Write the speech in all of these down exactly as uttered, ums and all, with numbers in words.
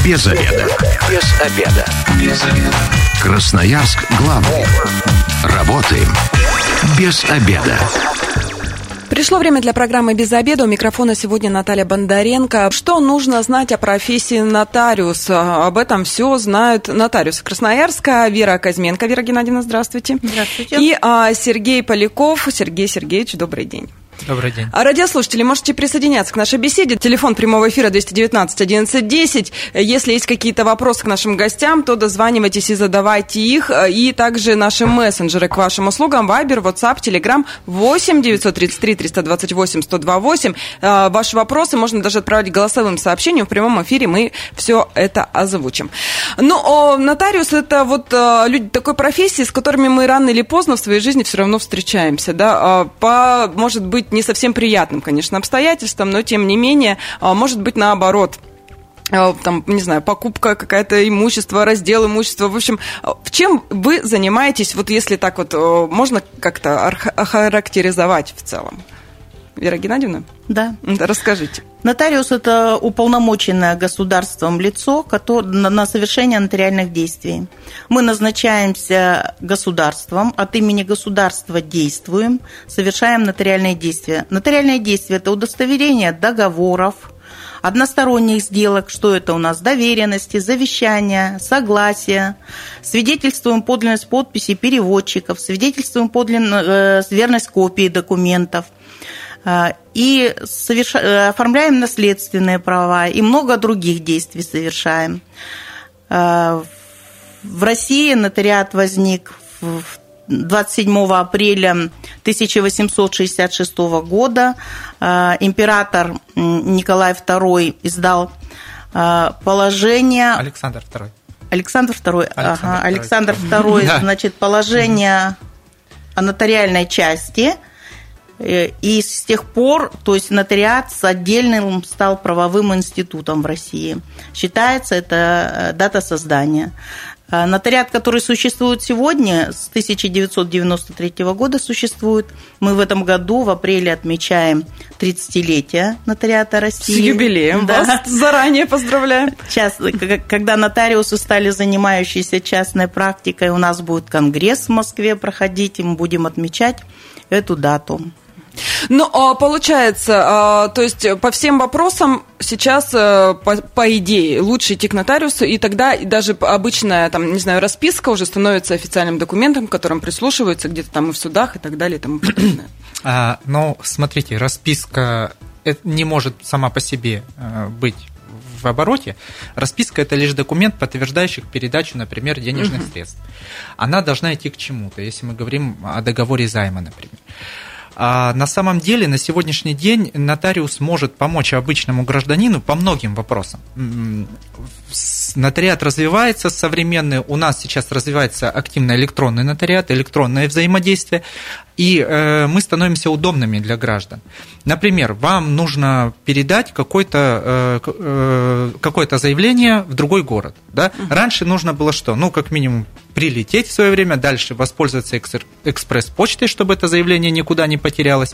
Без обеда. Без обеда. Без обеда. Красноярск главный. Работаем без обеда. Пришло время для программы «Без обеда». У микрофона сегодня Наталья Бондаренко. Что нужно знать о профессии нотариуса? Об этом все знают нотариусы Красноярска. Вера Козьменко. Вера Геннадьевна, здравствуйте. Здравствуйте. И а, Сергей Поляков. Сергей Сергеевич, добрый день. Добрый день. Радиослушатели, можете присоединяться к нашей беседе. Телефон прямого эфира двести девятнадцать одиннадцать десять. Если есть какие-то вопросы к нашим гостям, то дозванивайтесь и задавайте их. И также наши мессенджеры к вашим услугам. Вайбер, WhatsApp, Telegram восемь девятьсот тридцать три триста двадцать восемь сто двадцать восемь. Ваши вопросы можно даже отправлять голосовым сообщением. В прямом эфире мы все это озвучим. Ну, нотариус – это вот люди такой профессии, с которыми мы рано или поздно в своей жизни все равно встречаемся. Да? По, может быть, не совсем приятным, конечно, обстоятельствам, но тем не менее, может быть, наоборот, там, не знаю, покупка какая-то имущества, раздел имущества, в общем, в чем вы занимаетесь, вот если так вот можно как-то охарактеризовать в целом? Вера Геннадьевна? Да. Расскажите. Нотариус – это уполномоченное государством лицо на совершение нотариальных действий. Мы назначаемся государством, от имени государства действуем, совершаем нотариальные действия. Нотариальные действия – это удостоверение договоров, односторонних сделок, что это у нас, доверенности, завещания, согласия, свидетельствуем подлинность подписи переводчиков, свидетельствуем подлинность, верность копии документов, и соверш... оформляем наследственные права, и много других действий совершаем. В России нотариат возник двадцать седьмого апреля тысяча восемьсот шестьдесят шестого года. Император Николай второй издал положение... Александр второй. Александр второй. Александр, ага. второй. Александр второй, значит, положение о нотариальной части. И с тех пор, то есть нотариат с отдельным стал правовым институтом в России. Считается это дата создания. Нотариат, который существует сегодня, с тысяча девятьсот девяносто третьего года существует. Мы в этом году в апреле отмечаем тридцатилетие нотариата России. С юбилеем, да. Вас заранее поздравляем. Сейчас, когда нотариусы стали занимающиеся частной практикой, у нас будет конгресс в Москве проходить, и мы будем отмечать эту дату. Ну, получается, то есть по всем вопросам сейчас, по, по идее, лучше идти к нотариусу, и тогда даже обычная, там, не знаю, расписка уже становится официальным документом, к которому прислушиваются где-то там и в судах, и так далее, и тому подобное. А, ну, смотрите, расписка не может сама по себе быть в обороте. Расписка – это лишь документ, подтверждающий передачу, например, денежных uh-huh. средств. Она должна идти к чему-то, если мы говорим о договоре займа, например. А на самом деле на сегодняшний день нотариус может помочь обычному гражданину по многим вопросам. Нотариат развивается современный, у нас сейчас развивается активно электронный нотариат, электронное взаимодействие, и э, мы становимся удобными для граждан. Например, вам нужно передать какое-то, э, э, какое-то заявление в другой город. Да? Uh-huh. Раньше нужно было что? Ну, как минимум, прилететь в свое время, дальше воспользоваться экспресс-почтой, чтобы это заявление никуда не потерялось,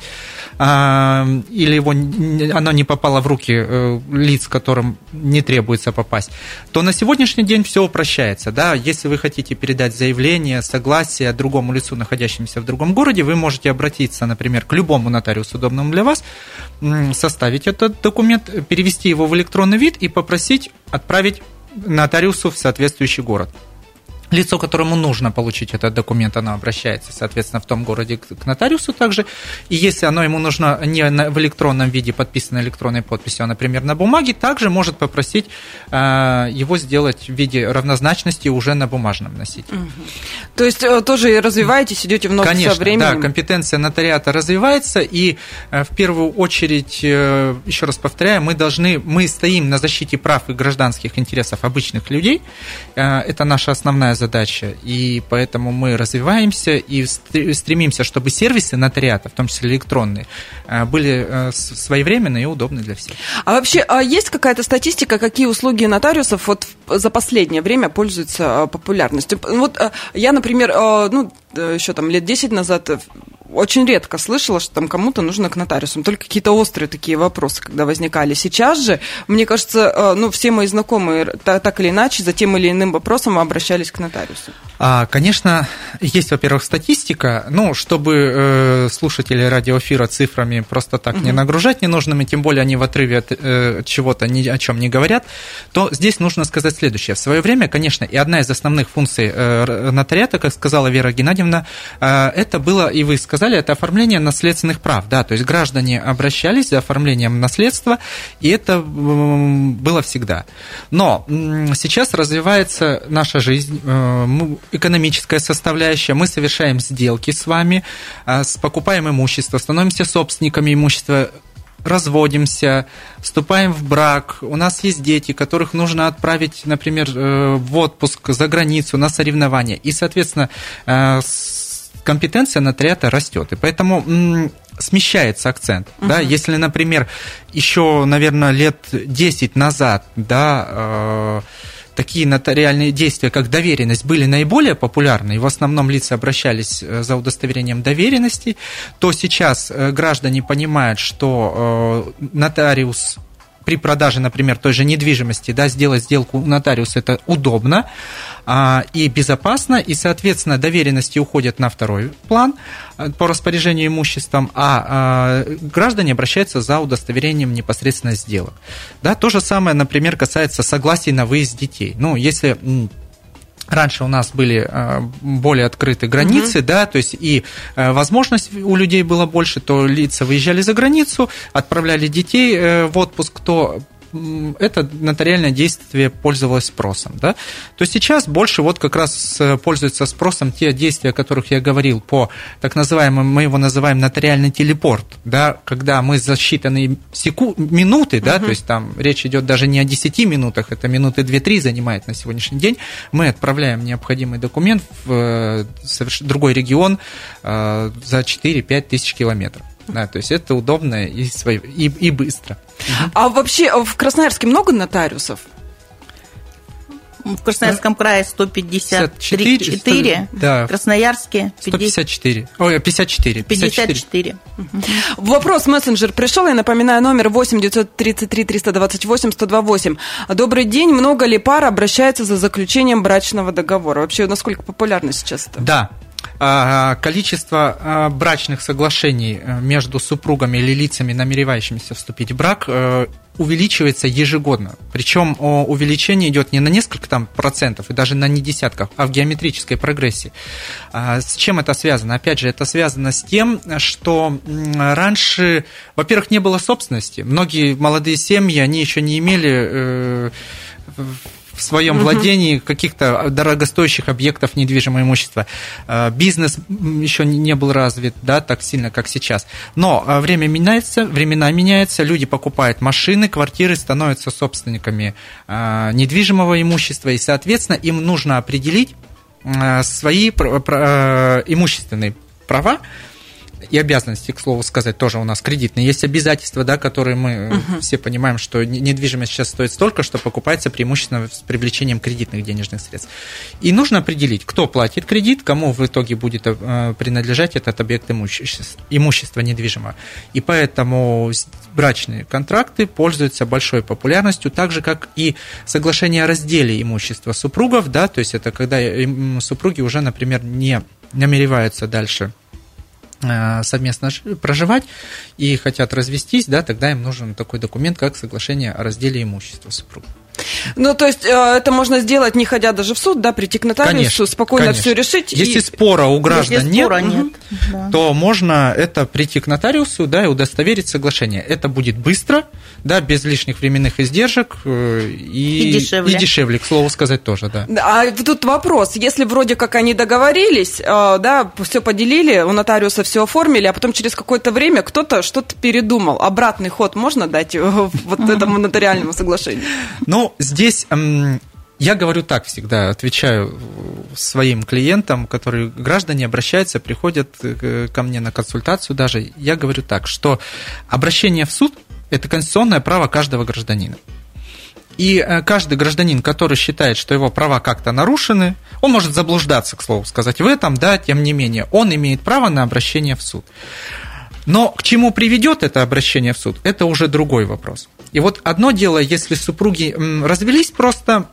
или его, оно не попало в руки лиц, которым не требуется попасть, то на сегодняшний день все упрощается. Да? Если вы хотите передать заявление, согласие другому лицу, находящемуся в другом городе, вы можете обратиться, например, к любому нотариусу, удобному для вас, составить этот документ, перевести его в электронный вид и попросить отправить нотариусу в соответствующий город. Лицо, которому нужно получить этот документ, оно обращается, соответственно, в том городе к нотариусу также. И если оно ему нужно не в электронном виде, подписано электронной подписью, а, например, на бумаге, также может попросить э, его сделать в виде равнозначности уже на бумажном носителе. Угу. То есть тоже развиваетесь, идете в ногу Конечно, со временем? Да, компетенция нотариата развивается, и э, в первую очередь, э, еще раз повторяю, мы должны, мы стоим на защите прав и гражданских интересов обычных людей. Э, это наша основная задача, и поэтому мы развиваемся и стремимся, чтобы сервисы нотариата, в том числе электронные, были своевременные и удобны для всех. А вообще, а есть какая-то статистика, какие услуги нотариусов вот за последнее время пользуются популярностью? Вот я, например, ну, еще там лет десять назад очень редко слышала, что там кому-то нужно к нотариусу. Только какие-то острые такие вопросы, когда возникали. Сейчас же, мне кажется, ну, все мои знакомые так или иначе за тем или иным вопросом обращались к нотариусу. Конечно, есть, во-первых, статистика, ну, чтобы э, слушатели радиоэфира цифрами просто так угу. не нагружать ненужными, тем более они в отрыве от э, чего-то ни о чем не говорят, то здесь нужно сказать следующее. В свое время, конечно, и одна из основных функций э, нотариата, как сказала Вера Геннадьевна, э, это было, и вы сказали, это оформление наследственных прав, да, то есть граждане обращались за оформлением наследства, и это э, было всегда. Но э, сейчас развивается наша жизнь, э, экономическая составляющая, мы совершаем сделки с вами, покупаем имущество, становимся собственниками имущества, разводимся, вступаем в брак, у нас есть дети, которых нужно отправить, например, в отпуск за границу, на соревнования, и, соответственно, компетенция нотариата растет, и поэтому смещается акцент. Uh-huh. Да? Если, например, еще, наверное, лет десять назад, да, такие нотариальные действия, как доверенность, были наиболее популярны, и в основном лица обращались за удостоверением доверенности, то сейчас граждане понимают, что нотариус при продаже, например, той же недвижимости, да, сделать сделку у нотариуса это удобно а, и безопасно, и, соответственно, доверенности уходят на второй план по распоряжению имуществом, а, а граждане обращаются за удостоверением непосредственно сделок. Да, то же самое, например, касается согласий на выезд детей. Ну, если... Раньше у нас были более открыты границы, угу. да, то есть и возможность у людей было больше, то лица выезжали за границу, отправляли детей в отпуск, то это нотариальное действие пользовалось спросом, да, то сейчас больше вот как раз пользуются спросом те действия, о которых я говорил, по так называемому, мы его называем нотариальный телепорт, да, когда мы за считанные секунды, минуты, да, uh-huh. то есть там речь идет даже не о десяти минутах, это минуты две-три занимает на сегодняшний день, мы отправляем необходимый документ в другой регион за четыре-пять тысяч километров. Да, то есть это удобно и, свой, и, и быстро. А вообще в Красноярске много нотариусов? В Красноярском крае сто пятьдесят четыре, да. В Красноярске сто пятьдесят четыре. Ой, пятьдесят четыре. пятьдесят четыре. Угу. Вопрос мессенджер пришел, я напоминаю, номер восемь девятьсот тридцать три триста двадцать восемь сто двадцать восемь. Добрый день, много ли пар обращается за заключением брачного договора? Вообще, насколько популярно сейчас это? Да. Количество брачных соглашений между супругами или лицами, намеревающимися вступить в брак, увеличивается ежегодно. Причем увеличение идет не на несколько там процентов и даже на не десятков, а в геометрической прогрессии. С чем это связано? Опять же, это связано с тем, что раньше, во-первых, не было собственности. Многие молодые семьи, они еще не имели в своем владении каких-то дорогостоящих объектов недвижимого имущества. Бизнес еще не был развит, да, так сильно, как сейчас. Но время меняется, времена меняются, люди покупают машины, квартиры, становятся собственниками недвижимого имущества, и, соответственно, им нужно определить свои имущественные права и обязанности, к слову сказать, тоже у нас кредитные. Есть обязательства, да, которые мы uh-huh. все понимаем, что недвижимость сейчас стоит столько, что покупается преимущественно с привлечением кредитных денежных средств. И нужно определить, кто платит кредит, кому в итоге будет принадлежать этот объект имущества, имущества недвижимого. И поэтому брачные контракты пользуются большой популярностью, так же, как и соглашение о разделе имущества супругов, да, то есть это когда супруги уже, например, не намереваются дальше совместно проживать и хотят развестись, да, тогда им нужен такой документ, как соглашение о разделе имущества супруга. Ну, то есть это можно сделать, не ходя даже в суд, да, прийти к нотариусу, конечно, спокойно конечно. Все решить. Если и... спора у граждан Если нет, спора нет да. то можно это прийти к нотариусу, да, и удостоверить соглашение. Это будет быстро, да, без лишних временных издержек и, и, дешевле. и дешевле, к слову сказать, тоже, да. А тут вопрос, если вроде как они договорились, да, все поделили, у нотариуса все оформили, а потом через какое-то время кто-то что-то передумал, обратный ход можно дать вот этому нотариальному соглашению? Ну, здесь я говорю так всегда, отвечаю своим клиентам, которые граждане обращаются, приходят ко мне на консультацию даже, я говорю так, что обращение в суд – это конституционное право каждого гражданина. И каждый гражданин, который считает, что его права как-то нарушены, он может заблуждаться, к слову сказать, в этом, да, тем не менее, он имеет право на обращение в суд. Но к чему приведет это обращение в суд, это уже другой вопрос. И вот одно дело, если супруги развелись просто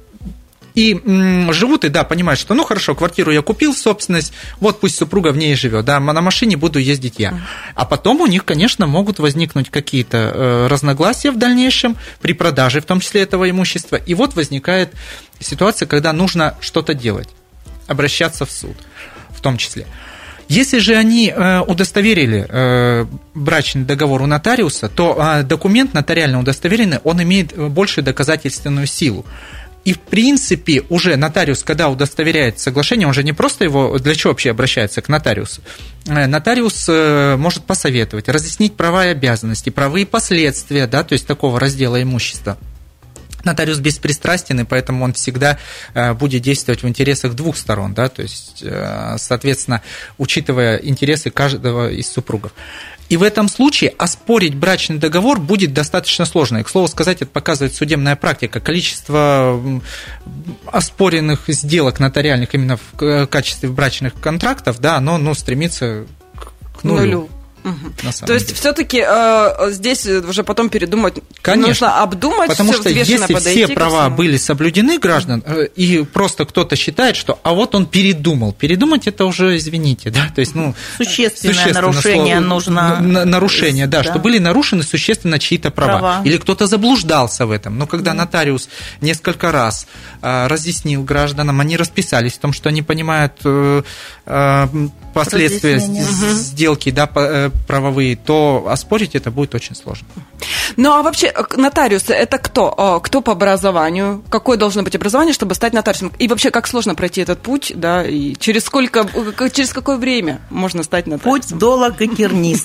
и живут, и да, понимают, что ну хорошо, квартиру я купил в собственность, вот пусть супруга в ней живет, да, на машине буду ездить я. А потом у них, конечно, могут возникнуть какие-то разногласия в дальнейшем при продаже, в том числе этого имущества. И вот возникает ситуация, когда нужно что-то делать, обращаться в суд в том числе. Если же они удостоверили брачный договор у нотариуса, то документ нотариально удостоверенный, он имеет большую доказательственную силу. И, в принципе, уже нотариус, когда удостоверяет соглашение, он же не просто его... Для чего вообще обращается к нотариусу? Нотариус может посоветовать, разъяснить права и обязанности, правовые последствия, да, то есть такого раздела имущества. Нотариус беспристрастен, и поэтому он всегда будет действовать в интересах двух сторон, да, то есть, соответственно, учитывая интересы каждого из супругов. И в этом случае оспорить брачный договор будет достаточно сложно. И, к слову сказать, это показывает судебная практика. Количество оспоренных сделок нотариальных именно в качестве брачных контрактов, да, оно ну, стремится к нулю. нулю. Угу. То есть все-таки э, здесь уже потом передумать, конечно, нужно обдумать, потому все что взвешенно если подойти. Все права были соблюдены граждан, и просто кто-то считает, что а вот он передумал. Передумать это уже, извините, да, то есть, ну, существенное существенно нарушение слово, нужно... Нарушение, да, да, что были нарушены существенно чьи-то права. права. Или кто-то заблуждался в этом. Но когда да. нотариус несколько раз а, разъяснил гражданам, они расписались в том, что они понимают а, а, последствия сделки, да, правовые, то оспорить это будет очень сложно. Ну, а вообще нотариусы – это кто? Кто по образованию? Какое должно быть образование, чтобы стать нотариусом? И вообще, как сложно пройти этот путь, да, и через сколько, через какое время можно стать нотариусом? Путь долог и тернист.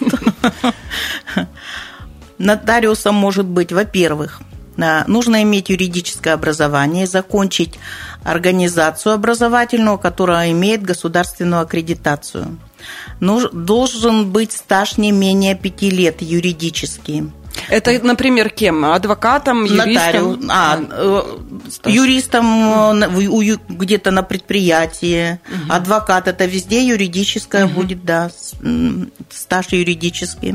Нотариусом может быть, во-первых, нужно иметь юридическое образование, закончить организацию образовательную, которая имеет государственную аккредитацию. Должен быть стаж не менее пяти лет юридический. Это, например, кем? Адвокатом, юристом? Нотариус, а, юристом где-то на предприятии. Угу. Адвокат – это везде юридическое угу. будет, да, стаж юридический.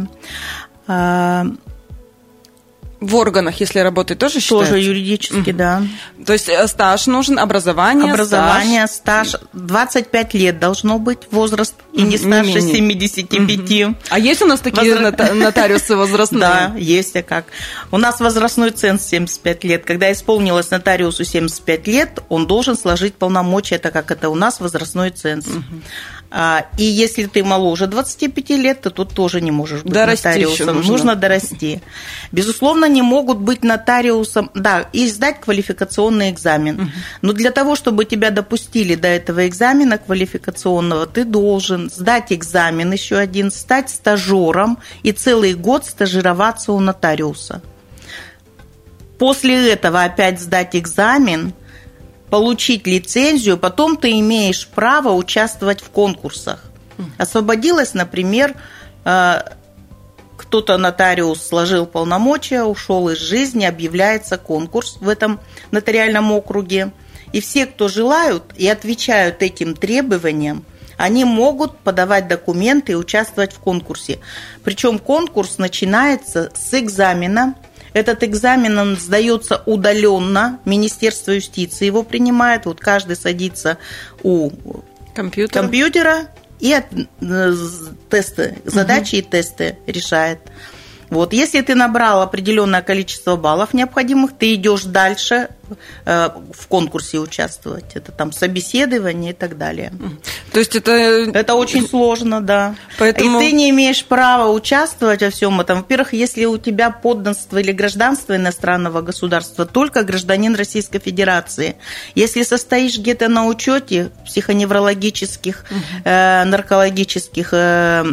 В органах, если работает, тоже считается? Тоже юридически, mm-hmm. да. То есть стаж нужен, образование, Образование, стаж. стаж. двадцать пять лет должно быть возраст, и не старше не семидесяти пяти. Mm-hmm. А есть у нас такие Возра... нотариусы возрастные? Да, есть, а как. У нас возрастной ценз семьдесят пять лет. Когда исполнилось нотариусу семьдесят пять лет, он должен сложить полномочия, так как это у нас возрастной ценз. И если ты моложе двадцати пяти лет, то тут тоже не можешь быть дорасти нотариусом. Нужно. нужно дорасти. Безусловно, не могут быть нотариусом, да, и сдать квалификационный экзамен. Угу. Но для того, чтобы тебя допустили до этого экзамена квалификационного, ты должен сдать экзамен еще один, стать стажером и целый год стажироваться у нотариуса. После этого опять сдать экзамен, получить лицензию, потом ты имеешь право участвовать в конкурсах. Освободилась, например, кто-то нотариус сложил полномочия, ушел из жизни, объявляется конкурс в этом нотариальном округе. И все, кто желают и отвечают этим требованиям, они могут подавать документы и участвовать в конкурсе. Причем конкурс начинается с экзамена. Этот экзамен он сдается удаленно, Министерство юстиции его принимает, вот каждый садится у компьютера, компьютера и от, тесты, задачи угу. и тесты решает. Вот, если ты набрал определенное количество баллов необходимых, ты идешь дальше э, в конкурсе участвовать. Это там собеседование и так далее. То есть это... Это очень сложно, да. Поэтому... И ты не имеешь права участвовать во всем этом. Во-первых, если у тебя подданство или гражданство иностранного государства, только гражданин Российской Федерации. Если состоишь где-то на учете психоневрологических, угу. э, наркологических... Э,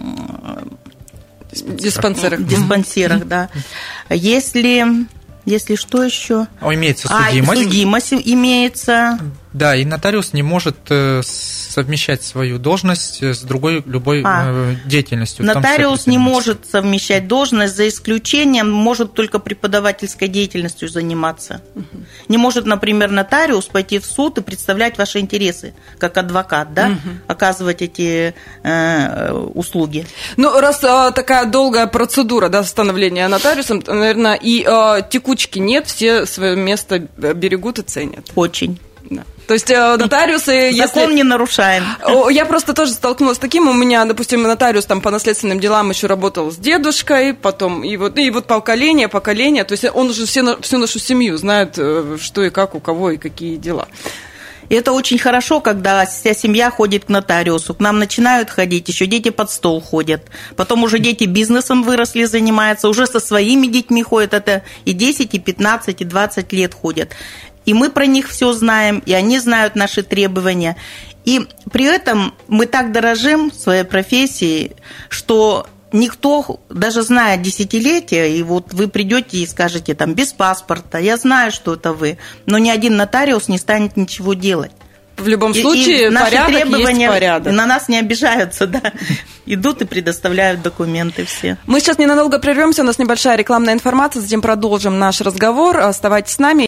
диспансерах. Диспансерах, да. Если, если что еще? А имеется судимость. А, судимость имеется. Да, и нотариус не может совмещать свою должность с другой любой а, деятельностью. Нотариус не может совмещать должность, за исключением может только преподавательской деятельностью заниматься. Угу. Не может, например, нотариус пойти в суд и представлять ваши интересы, как адвокат, да, угу. оказывать эти э, услуги. Ну, раз э, такая долгая процедура, да, становления нотариусом, наверное, и э, текучки нет, все свое место берегут и ценят. Очень. Да. То есть нотариусы... Закон если... не нарушаем. Я просто тоже столкнулась с таким. У меня, допустим, нотариус там по наследственным делам еще работал с дедушкой, потом и вот, и вот поколение, поколение. То есть он уже все, всю нашу семью знает, что и как, у кого и какие дела. И это очень хорошо, когда вся семья ходит к нотариусу. К нам начинают ходить, еще дети под стол ходят. Потом уже дети бизнесом выросли, занимаются, уже со своими детьми ходят. Это и десять, и пятнадцать, и двадцать лет ходят. И мы про них все знаем, и они знают наши требования. И при этом мы так дорожим своей профессией, что никто, даже зная десятилетия, и вот вы придете и скажете там без паспорта, я знаю, что это вы, но ни один нотариус не станет ничего делать. В любом случае, и, и порядок наши требования есть порядок. На нас не обижаются, да. Идут и предоставляют документы все. Мы сейчас ненадолго прервемся, у нас небольшая рекламная информация, затем продолжим наш разговор. Оставайтесь с нами.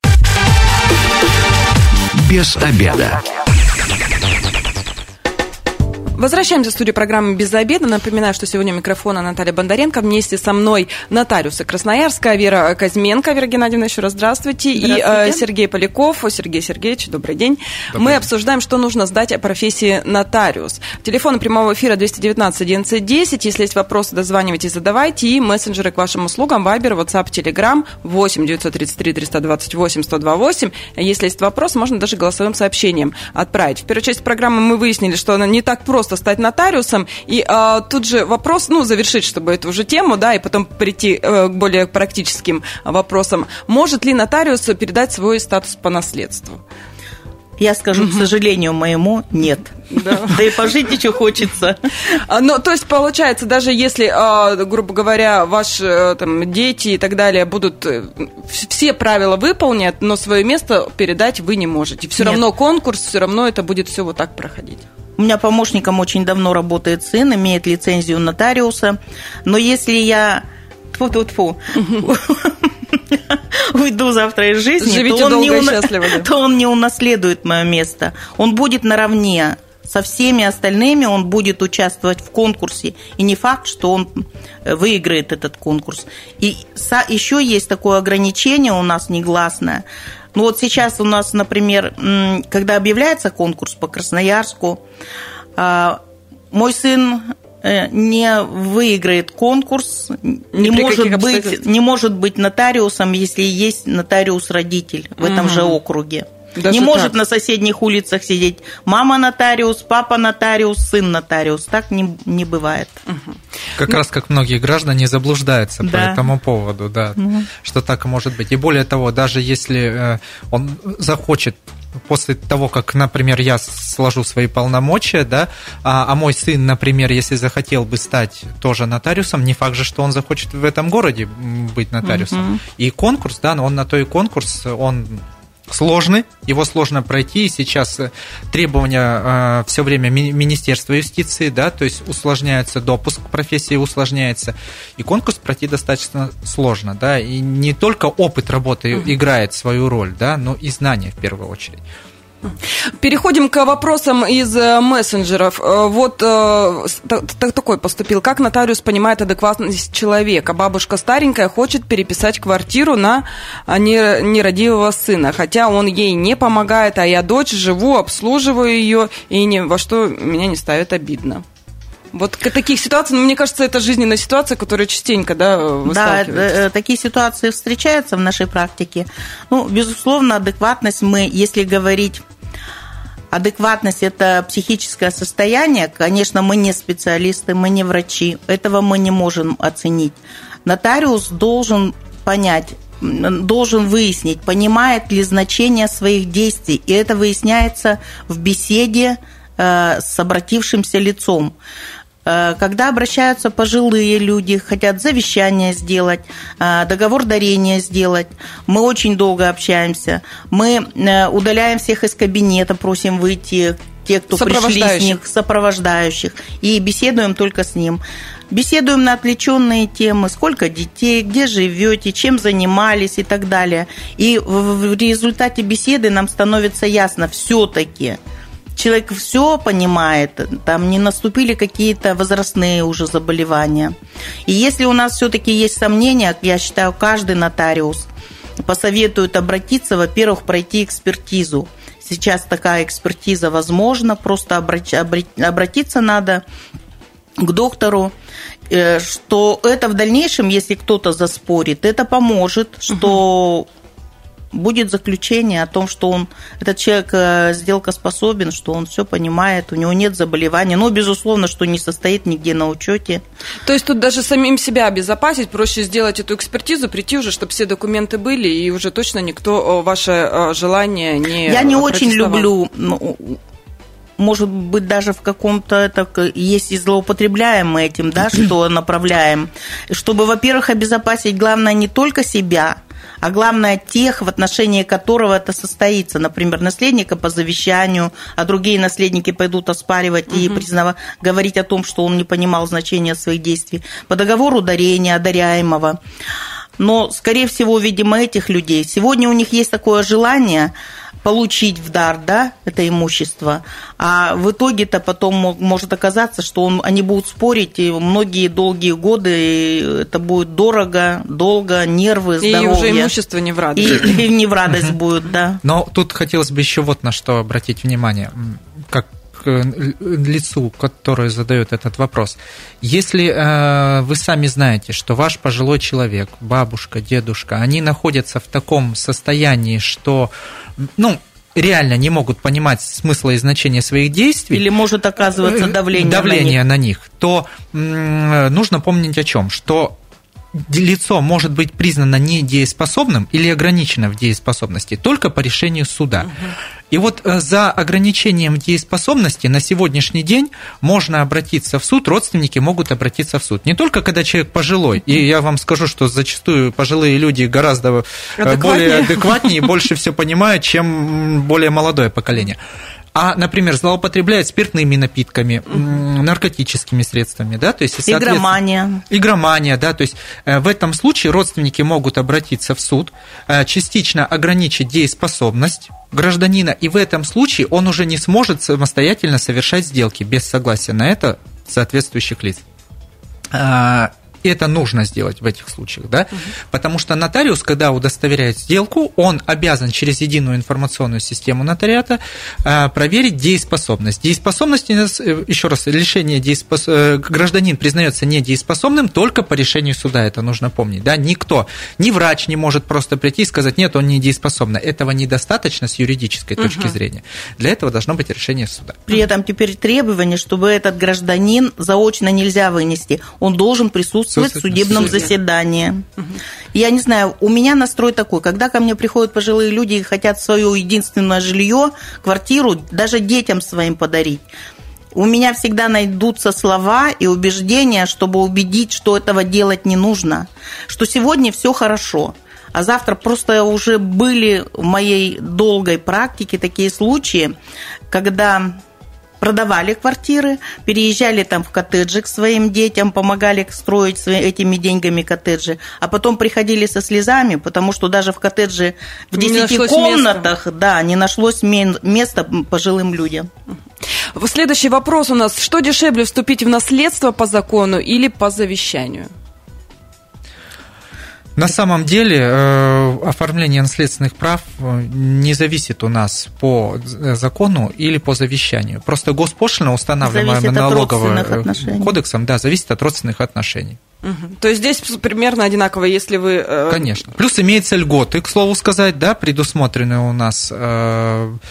Без обеда. Возвращаемся в студию программы «Без обеда». Напоминаю, что сегодня у микрофона Наталья Бондаренко. Вместе со мной нотариусы Красноярска Вера Козьменко. Вера Геннадьевна, еще раз здравствуйте. здравствуйте. И Сергей Поляков. Сергей Сергеевич, добрый день. Добрый Мы день. обсуждаем, что нужно сдать о профессии нотариус. Телефон прямого эфира двести девятнадцать одиннадцать десять. Если есть вопросы, дозванивайтесь, задавайте. И мессенджеры к вашим услугам. Вайбер, WhatsApp, Telegram восемь девятьсот тридцать три триста двадцать восемь сто двадцать восемь. Если есть вопрос, можно даже голосовым сообщением отправить. В первой части программы мы выяснили, что она не так просто стать нотариусом, и а, тут же вопрос, ну, завершить, чтобы эту уже тему, да, и потом прийти э, к более практическим вопросам. Может ли нотариус передать свой статус по наследству? Я скажу, к сожалению моему, нет. Да, да и пожить еще хочется. Ну, то есть, получается, даже если, грубо говоря, ваши там, дети и так далее будут все правила выполнят, но свое место передать вы не можете. Все равно конкурс, все равно это будет все вот так проходить. У меня помощником очень давно работает сын, имеет лицензию нотариуса, но если я... Тьфу-тьфу-тьфу. Уйду завтра из жизни, то он, не уна... то он не унаследует мое место. Он будет наравне со всеми остальными, он будет участвовать в конкурсе. И не факт, что он выиграет этот конкурс. И еще есть такое ограничение у нас негласное. Ну вот сейчас у нас, например, когда объявляется конкурс по Красноярску, мой сын не выиграет конкурс, не может, быть, не может быть нотариусом, если есть нотариус-родитель в этом угу. же округе. Даже не может так. На соседних улицах сидеть мама нотариус, папа нотариус, сын нотариус. Так не, не бывает. Угу. Как ну, раз как многие граждане заблуждаются да. по этому поводу, да, угу. что так может быть. И более того, даже если он захочет после того, как, например, я сложу свои полномочия, да, а, а мой сын, например, если захотел бы стать тоже нотариусом, не факт же, что он захочет в этом городе быть нотариусом. Угу. И конкурс, да, он на то и конкурс, он сложный, его сложно пройти, и сейчас требования э, все время Министерства юстиции, да, то есть усложняется допуск к профессии, усложняется, и конкурс пройти достаточно сложно, да, и не только опыт работы mm-hmm. играет свою роль, да, но и знания в первую очередь. Переходим к вопросам из мессенджеров. Вот такой поступил. Как нотариус понимает адекватность человека? Бабушка старенькая хочет переписать квартиру на нерадивого сына, хотя он ей не помогает, а я дочь, живу, обслуживаю ее, и ни во что меня не ставит, обидно. Вот таких ситуаций, ну, мне кажется, это жизненная ситуация, которая частенько, да, высталкивается. Да, такие ситуации встречаются в нашей практике. Ну, безусловно, адекватность мы, если говорить... Адекватность – это психическое состояние. Конечно, мы не специалисты, мы не врачи. Этого мы не можем оценить. Нотариус должен понять, должен выяснить, понимает ли значение своих действий. И это выясняется в беседе с обратившимся лицом. Когда обращаются пожилые люди, хотят завещание сделать, договор дарения сделать, мы очень долго общаемся. Мы удаляем всех из кабинета, просим выйти, те, кто пришли с них, сопровождающих, и беседуем только с ним. Беседуем на отвлеченные темы, сколько детей, где живете, чем занимались и так далее. И в результате беседы нам становится ясно, все-таки человек все понимает, там не наступили какие-то возрастные уже заболевания. И если у нас все-таки есть сомнения, я считаю, каждый нотариус посоветует обратиться, во-первых, пройти экспертизу. Сейчас такая экспертиза возможна, просто обратиться надо к доктору, что это в дальнейшем, если кто-то заспорит, это поможет, что будет заключение о том, что он, этот человек сделкоспособен, что он все понимает, у него нет заболеваний, но, безусловно, что не состоит нигде на учете. То есть тут даже самим себя обезопасить, проще сделать эту экспертизу, прийти уже, чтобы все документы были, и уже точно никто ваше желание не Я не очень люблю... Может быть, даже в каком-то, это, если злоупотребляем мы этим, да, что направляем, чтобы, во-первых, обезопасить, главное, не только себя, а главное, тех, в отношении которого это состоится. Например, наследника по завещанию, а другие наследники пойдут оспаривать угу. и признавать, говорить о том, что он не понимал значения своих действий. По договору дарения, одаряемого. Но, скорее всего, видимо, этих людей, сегодня у них есть такое желание получить в дар, да, это имущество, а в итоге-то потом может оказаться, что он, они будут спорить, и многие долгие годы это будет дорого, долго, нервы, здоровье. И уже имущество не в радость. И, и не в радость будет, да. Но тут хотелось бы еще вот на что обратить внимание, как лицу, которое задает этот вопрос. Если э, вы сами знаете, что ваш пожилой человек, бабушка, дедушка, они находятся в таком состоянии, что, ну, реально не могут понимать смысла и значения своих действий, или может оказываться давление, давление на них, на них то м, нужно помнить о чем, что лицо может быть признано недееспособным или ограничено в дееспособности только по решению суда. Угу. И вот за ограничением дееспособности на сегодняшний день можно обратиться в суд, родственники могут обратиться в суд. Не только когда человек пожилой, и я вам скажу, что зачастую пожилые люди гораздо адекватнее. более адекватнее и больше все понимают, чем более молодое поколение. А, например, злоупотребляют спиртными напитками, наркотическими средствами, да, то есть, игромания. Игромания, да, то есть в этом случае родственники могут обратиться в суд, частично ограничить дееспособность гражданина, и в этом случае он уже не сможет самостоятельно совершать сделки без согласия на это соответствующих лиц. Это нужно сделать в этих случаях, да? Угу. Потому что нотариус, когда удостоверяет сделку, он обязан через единую информационную систему нотариата проверить дееспособность. Дееспособность, еще раз, лишение дееспос... гражданин признается недееспособным только по решению суда, это нужно помнить, да? Никто, ни врач не может просто прийти и сказать, нет, он недееспособный. Этого недостаточно с юридической угу. точки зрения. Для этого должно быть решение суда. При этом теперь требование, чтобы этот гражданин заочно нельзя вынести, он должен присутствовать в судебном заседании. Угу. Я не знаю, у меня настрой такой, когда ко мне приходят пожилые люди и хотят свое единственное жилье, квартиру, даже детям своим подарить, у меня всегда найдутся слова и убеждения, чтобы убедить, что этого делать не нужно, что сегодня все хорошо. А завтра просто уже были в моей долгой практике такие случаи, когда продавали квартиры, переезжали там в коттеджи к своим детям, помогали строить этими деньгами коттеджи, а потом приходили со слезами, потому что даже в коттедже в десяти комнатах да, не нашлось места пожилым людям. Следующий вопрос у нас. Что дешевле, вступить в наследство по закону или по завещанию? На самом деле э, оформление наследственных прав не зависит у нас по закону или по завещанию. Просто госпошлина, устанавливаемая налоговым кодексом, да, зависит от родственных отношений. Угу. То есть здесь примерно одинаково, если вы... Э... Конечно. Плюс имеются льготы, к слову сказать, да, предусмотренные у нас э,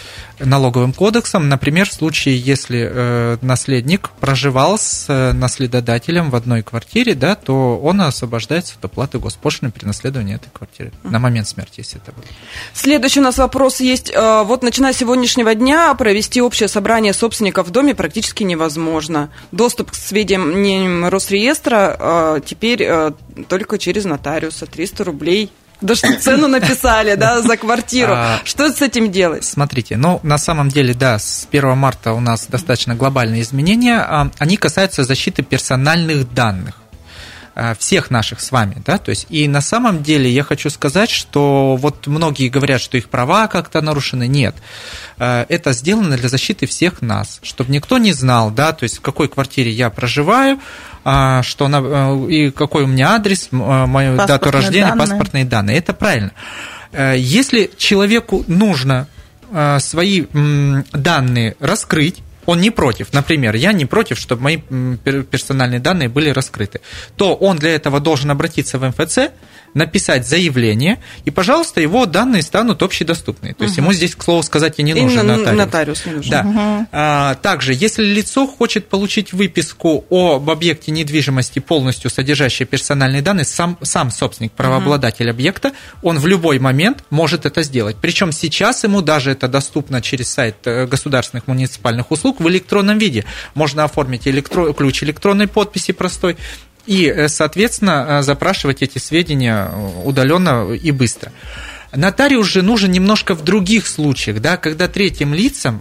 налоговым кодексом. Например, в случае, если э, наследник проживал с э, наследодателем в одной квартире, да, то он освобождается от оплаты госпошлины при наследовании этой квартиры uh-huh. на момент смерти, если это было. Следующий у нас вопрос есть. Вот начиная с сегодняшнего дня провести общее собрание собственников в доме практически невозможно. Доступ к сведениям Росреестра теперь только через нотариуса. триста рублей. Даже цену написали, да, за квартиру. Что с этим делать? Смотрите, ну, на самом деле, да, с первого марта у нас достаточно глобальные изменения. Они касаются защиты персональных данных всех наших с вами, да, то есть, и на самом деле я хочу сказать, что вот многие говорят, что их права как-то нарушены, нет, это сделано для защиты всех нас, чтобы никто не знал, да, то есть, в какой квартире я проживаю, что она, и какой у меня адрес, мою паспортные дату рождения, данные. Паспортные данные, это правильно. Если человеку нужно свои данные раскрыть, он не против, например, я не против, чтобы мои персональные данные были раскрыты, то он для этого должен обратиться в эм эф цэ, написать заявление, и, пожалуйста, его данные станут общедоступны. То есть угу. ему здесь, к слову сказать, и не нужен Именно нотариус. нотариус не нужен. Да. Угу. А, также, если лицо хочет получить выписку об объекте недвижимости, полностью содержащей персональные данные, сам, сам собственник, правообладатель угу. объекта, он в любой момент может это сделать. Причем сейчас ему даже это доступно через сайт государственных муниципальных услуг в электронном виде. Можно оформить электро... ключ электронной подписи простой, и, соответственно, запрашивать эти сведения удаленно и быстро. Нотариус же нужен немножко в других случаях, да, когда третьим лицам,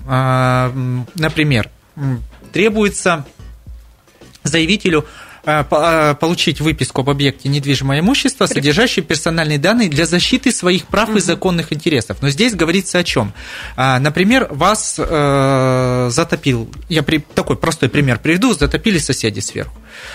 например, требуется заявителю получить выписку об объекте недвижимого имущества, содержащую персональные данные для защиты своих прав угу. и законных интересов. Но здесь говорится о чем? Например, вас э, затопил, я при, такой простой пример приведу, затопили соседи сверху.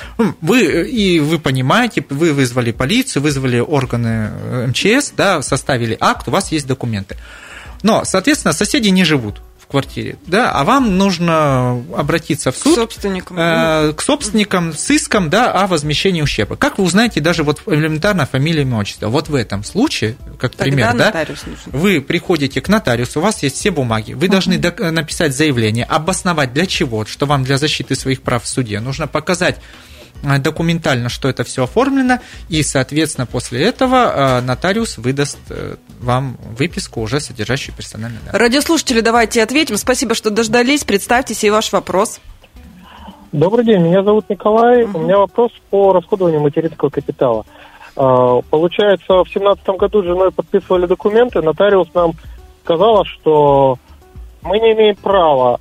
Вы, и вы понимаете, вы вызвали полицию, вызвали органы эм че эс, да, составили акт, у вас есть документы. Но, соответственно, соседи не живут в квартире, да, а вам нужно обратиться в суд к собственникам, э, к собственникам с иском, да, о возмещении ущерба. Как вы узнаете даже вот элементарно фамилию, имя, отчество? Вот в этом случае, как тогда пример, да, вы приходите к нотариусу, у вас есть все бумаги, вы uh-huh. должны до- написать заявление, обосновать для чего, что вам для защиты своих прав в суде нужно показать документально, что это все оформлено, и, соответственно, после этого нотариус выдаст вам выписку, уже содержащую персональные данные. Радиослушатели, давайте ответим. Спасибо, что дождались. Представьтесь и ваш вопрос. Добрый день, меня зовут Николай. Uh-huh. У меня вопрос по расходованию материнского капитала. Получается, в две тысячи семнадцатом году с женой подписывали документы, нотариус нам сказала, что мы не имеем права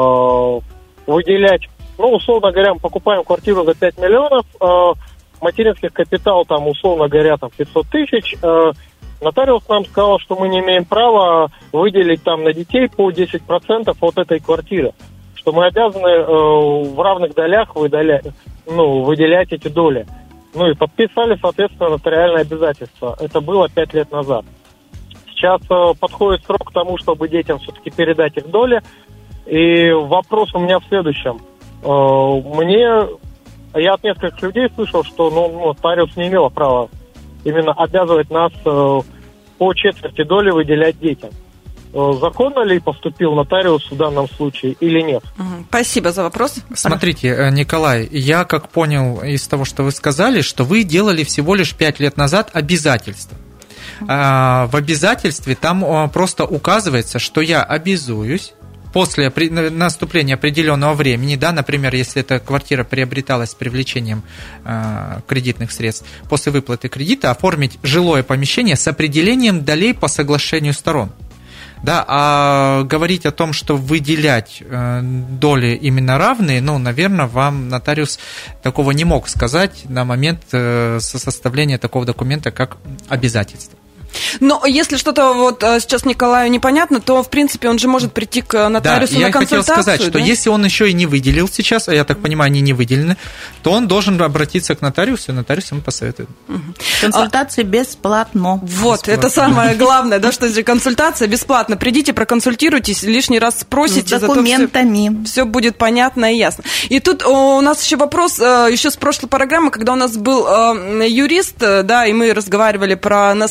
выделять. Ну, условно говоря, мы покупаем квартиру за пять миллионов, э, материнский капитал, там, условно говоря, там, пятьсот тысяч. Э, нотариус нам сказал, что мы не имеем права выделить там на детей по десять процентов от этой квартиры, что мы обязаны э, в равных долях выделять, ну, выделять эти доли. Ну, и подписали, соответственно, нотариальное обязательство. Это было пять лет назад. Сейчас э, подходит срок к тому, чтобы детям все-таки передать их доли. И вопрос у меня в следующем. Мне, я от нескольких людей слышал, что ну, нотариус не имела права именно обязывать нас по четверти доли выделять детям. Законно ли поступил нотариус в данном случае или нет? Спасибо за вопрос. Смотрите, Николай, я как понял из того, что вы сказали, что вы делали всего лишь пять лет назад обязательство. В обязательстве там просто указывается, что я обязуюсь после наступления определенного времени, да, например, если эта квартира приобреталась с привлечением э, кредитных средств, после выплаты кредита оформить жилое помещение с определением долей по соглашению сторон. Да, а говорить о том, что выделять э, доли именно равные, ну, наверное, вам нотариус такого не мог сказать на момент э, составления такого документа, как обязательство. Но если что-то вот сейчас Николаю непонятно, то, в принципе, он же может прийти к нотариусу, да, на консультацию. Я хотел сказать, что да? если он еще и не выделил сейчас, а я так понимаю, они не выделены, то он должен обратиться к нотариусу, и нотариус ему посоветует. Угу. Консультация а, бесплатно. Вот, бесплатно. Это самое главное, да, что здесь консультация бесплатно. Придите, проконсультируйтесь, лишний раз спросите. С документами. Все будет понятно и ясно. И тут у нас еще вопрос, еще с прошлой программы, когда у нас был юрист, да, и мы разговаривали про наследство.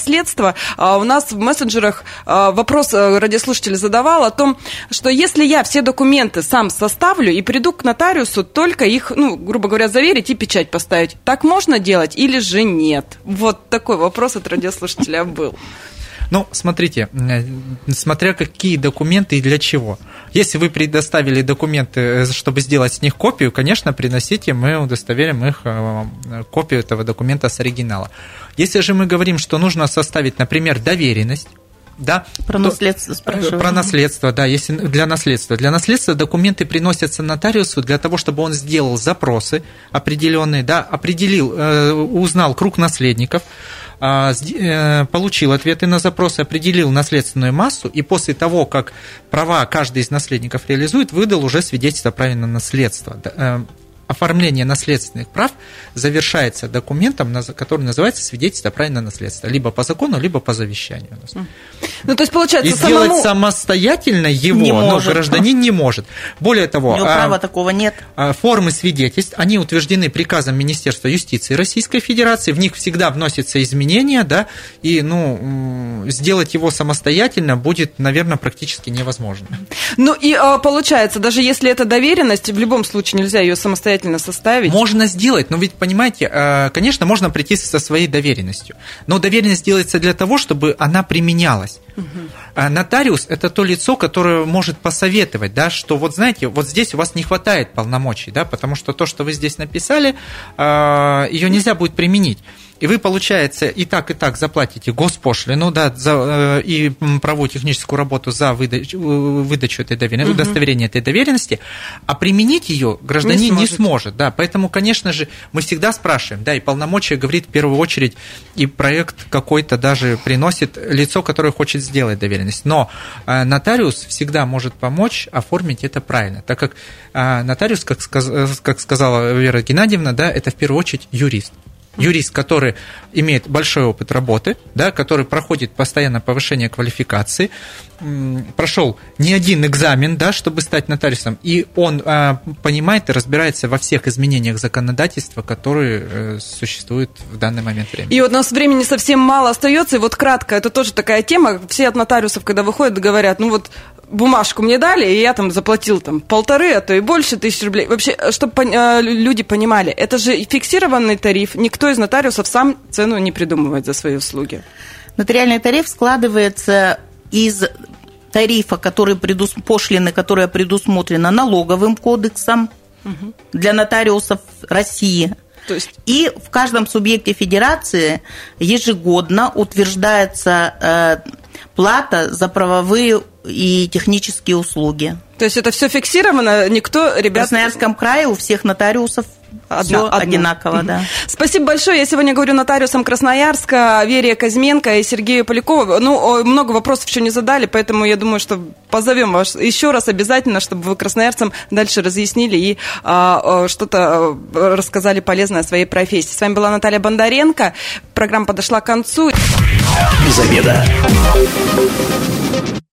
этого. У нас в мессенджерах вопрос радиослушатель задавал о том, что если я все документы сам составлю и приду к нотариусу, только их, ну, грубо говоря, заверить и печать поставить, так можно делать или же нет? Вот такой вопрос от радиослушателя был. Ну, смотрите, смотря какие документы и для чего. Если вы предоставили документы, чтобы сделать с них копию, конечно, приносите, мы удостоверим их копию этого документа с оригинала. Если же мы говорим, что нужно составить, например, доверенность, да, про наследство спрашиваю. Про наследство, да, если для наследства. Для наследства документы приносятся нотариусу для того, чтобы он сделал запросы определенные, да, определил, узнал круг наследников, получил ответы на запросы, определил наследственную массу, и после того, как права каждый из наследников реализует, выдал уже свидетельство о праве на наследство. Оформление наследственных прав завершается документом, который называется свидетельство о праве на наследство. Либо по закону, либо по завещанию. Ну, то есть, получается, и самому... сделать самостоятельно его но гражданин не может. Более того, у него права такого нет. Формы свидетельств, они утверждены приказом Министерства юстиции Российской Федерации, в них всегда вносятся изменения, да, и ну, сделать его самостоятельно будет, наверное, практически невозможно. Ну и получается, даже если это доверенность, в любом случае нельзя ее самостоятельно составить. Можно сделать, но ведь, понимаете, конечно, можно прийти со своей доверенностью, но доверенность делается для того, чтобы она применялась. Угу. Нотариус – это то лицо, которое может посоветовать, да, что вот знаете, вот здесь у вас не хватает полномочий, да, потому что то, что вы здесь написали, ее нельзя будет применить. И вы, получается, и так, и так заплатите госпошлину, да, за, и правовую техническую работу за выдачу, выдачу этой доверенности, угу. удостоверение этой доверенности, а применить ее гражданин не, не сможет. Да, поэтому, конечно же, мы всегда спрашиваем, да, и полномочия говорит в первую очередь, и проект какой-то даже приносит лицо, которое хочет сделать доверенность. Но нотариус всегда может помочь оформить это правильно, так как нотариус, как, как сказала Вера Геннадьевна, да, это в первую очередь юрист. Юрист, который имеет большой опыт работы, да, который проходит постоянно повышение квалификации, прошел не один экзамен, да, чтобы стать нотариусом, и он а, понимает и разбирается во всех изменениях законодательства, которые э, существуют в данный момент времени. И вот у нас времени совсем мало остается, и вот кратко, это тоже такая тема, все от нотариусов, когда выходят, говорят, ну вот бумажку мне дали, и я там заплатил там полторы, а то и больше тысяч рублей. Вообще, чтобы люди понимали, это же фиксированный тариф, никто из нотариусов сам цену не придумывает за свои услуги. Нотариальный тариф складывается из тарифа, который предус... пошлины, которая предусмотрена налоговым кодексом угу. для нотариусов России. То есть... И в каждом субъекте федерации ежегодно утверждается э, плата за правовые и технические услуги. То есть это все фиксировано, никто, ребят... В Красноярском крае у всех нотариусов все одинаково, угу. да. Спасибо большое. Я сегодня говорю нотариусам Красноярска Вере Козьменко и Сергею Полякову. Ну, много вопросов еще не задали, поэтому я думаю, что позовем вас еще раз обязательно, чтобы вы красноярцам дальше разъяснили и а, что-то рассказали полезное о своей профессии. С вами была Наталья Бондаренко. Программа подошла к концу. Без обеда.